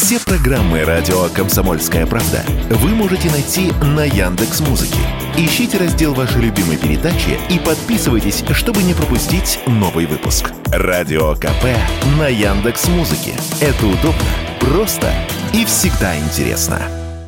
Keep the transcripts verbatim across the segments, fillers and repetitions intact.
Все программы радио «Комсомольская правда» вы можете найти на Яндекс.Музыке. Ищите раздел вашей любимой передачи и подписывайтесь, чтобы не пропустить новый выпуск. Радио КП на Яндекс.Музыке. Это удобно, просто и всегда интересно.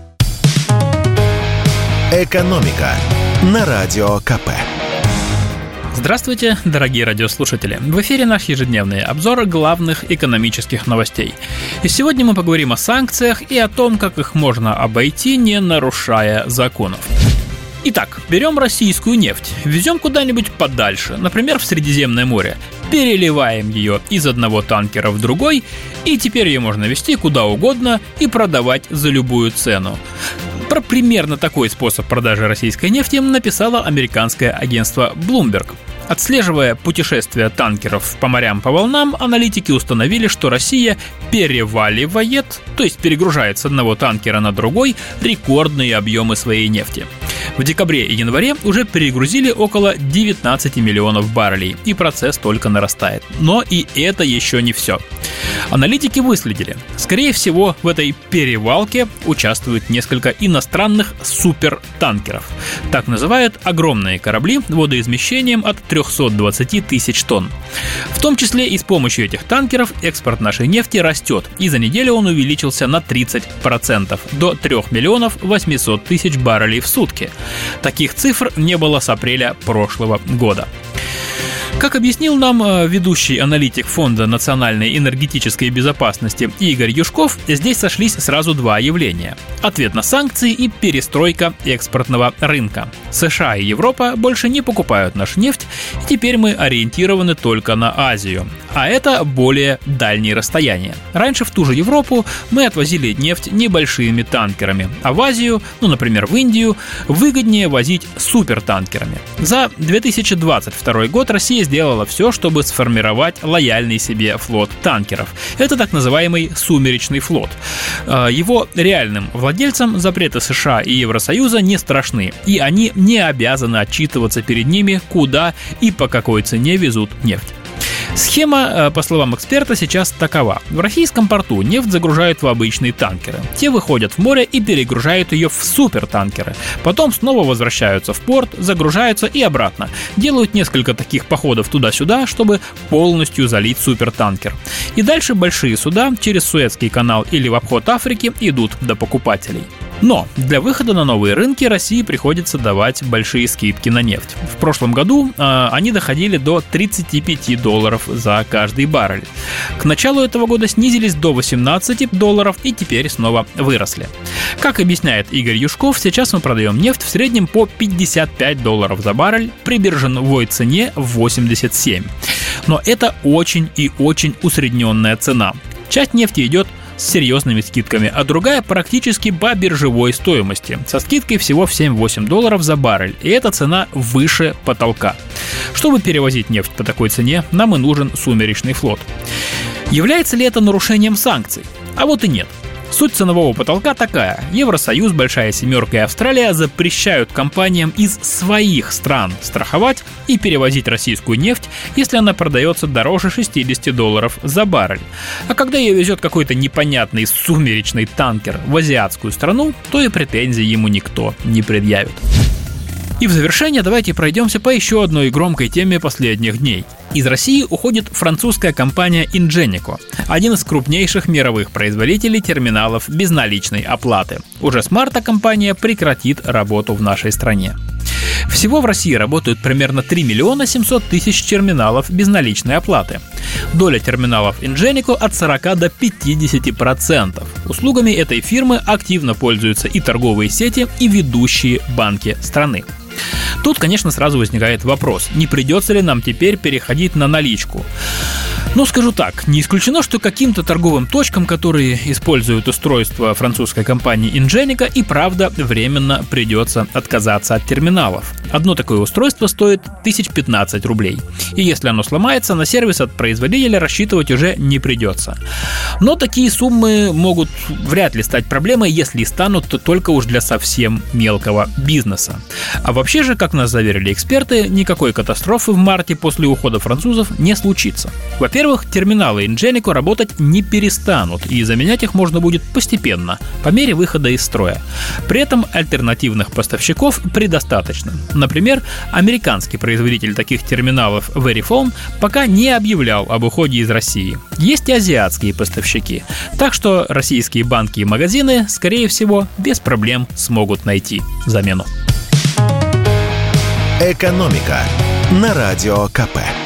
«Экономика» на Радио КП. Здравствуйте, дорогие радиослушатели! В эфире наш ежедневный обзор главных экономических новостей. И сегодня мы поговорим о санкциях и о том, как их можно обойти, не нарушая законов. Итак, берем российскую нефть, везем куда-нибудь подальше, например, в Средиземное море, переливаем ее из одного танкера в другой, и теперь ее можно везти куда угодно и продавать за любую цену. Про примерно такой способ продажи российской нефти написало американское агентство Bloomberg. Отслеживая путешествия танкеров по морям по волнам, аналитики установили, что Россия переваливает, то есть перегружает с одного танкера на другой, рекордные объемы своей нефти. В декабре и январе уже перегрузили около девятнадцать миллионов баррелей, и процесс только нарастает. Но и это еще не все. Аналитики выследили. Скорее всего, в этой перевалке участвуют несколько иностранных супертанкеров. Так называют огромные корабли водоизмещением от триста двадцать тысяч тонн. В том числе и с помощью этих танкеров экспорт нашей нефти растет, и за неделю он увеличился на тридцать процентов до трёх миллионов восемьсот тысяч баррелей в сутки. Таких цифр не было с апреля прошлого года. Как объяснил нам ведущий аналитик Фонда национальной энергетической безопасности Игорь Юшков, здесь сошлись сразу два явления – ответ на санкции и перестройка экспортного рынка. США и Европа больше не покупают нашу нефть, и теперь мы ориентированы только на Азию. А это более дальние расстояния. Раньше в ту же Европу мы отвозили нефть небольшими танкерами, а в Азию, ну, например, в Индию, выгоднее возить супертанкерами. За две тысячи двадцать второй год Россия сделала все, чтобы сформировать лояльный себе флот танкеров. Это так называемый сумеречный флот. Его реальным владельцам запреты США и Евросоюза не страшны, и они не обязаны отчитываться перед ними, куда и по какой цене везут нефть. Схема, по словам эксперта, сейчас такова. В российском порту нефть загружают в обычные танкеры. Те выходят в море и перегружают ее в супертанкеры. Потом снова возвращаются в порт, загружаются и обратно. Делают несколько таких походов туда-сюда, чтобы полностью залить супертанкер. И дальше большие суда через Суэцкий канал или в обход Африки идут до покупателей. Но для выхода на новые рынки России приходится давать большие скидки на нефть. В прошлом году э, они доходили до тридцать пять долларов за каждый баррель. К началу этого года снизились до восемнадцать долларов и теперь снова выросли. Как объясняет Игорь Юшков, сейчас мы продаем нефть в среднем по пятьдесят пять долларов за баррель при биржевой цене в восемьдесят семь. Но это очень и очень усредненная цена. Часть нефти идет с серьезными скидками, а другая практически по биржевой стоимости, со скидкой всего в семь-восемь долларов за баррель, и эта цена выше потолка. Чтобы перевозить нефть по такой цене, нам и нужен сумеречный флот. Является ли это нарушением санкций? А вот и нет. Суть ценового потолка такая. Евросоюз, Большая Семерка и Австралия запрещают компаниям из своих стран страховать и перевозить российскую нефть, если она продается дороже шестьдесят долларов за баррель. А когда ее везет какой-то непонятный сумеречный танкер в азиатскую страну, то и претензий ему никто не предъявит. И в завершение давайте пройдемся по еще одной громкой теме последних дней. Из России уходит французская компания Ingenico, один из крупнейших мировых производителей терминалов безналичной оплаты. Уже с марта компания прекратит работу в нашей стране. Всего в России работают примерно три миллиона семьсот тысяч терминалов безналичной оплаты. Доля терминалов Ingenico от сорок до пятидесяти процентов. Услугами этой фирмы активно пользуются и торговые сети, и ведущие банки страны. Тут, конечно, сразу возникает вопрос, не придется ли нам теперь переходить на наличку? Ну, скажу так, не исключено, что каким-то торговым точкам, которые используют устройство французской компании Ingenico, и правда временно придется отказаться от терминалов. Одно такое устройство стоит тысяч пятнадцать рублей. И если оно сломается, на сервис от производителя рассчитывать уже не придется. Но такие суммы могут вряд ли стать проблемой, если и станут, то только уж для совсем мелкого бизнеса. А вообще же, как нас заверили эксперты, никакой катастрофы в марте после ухода французов не случится. Во-первых, Во-первых, терминалы Ingenico работать не перестанут, и заменять их можно будет постепенно, по мере выхода из строя. При этом альтернативных поставщиков предостаточно. Например, американский производитель таких терминалов Verifone пока не объявлял об уходе из России. Есть и азиатские поставщики, так что российские банки и магазины, скорее всего, без проблем смогут найти замену. «Экономика» на Радио ка пэ.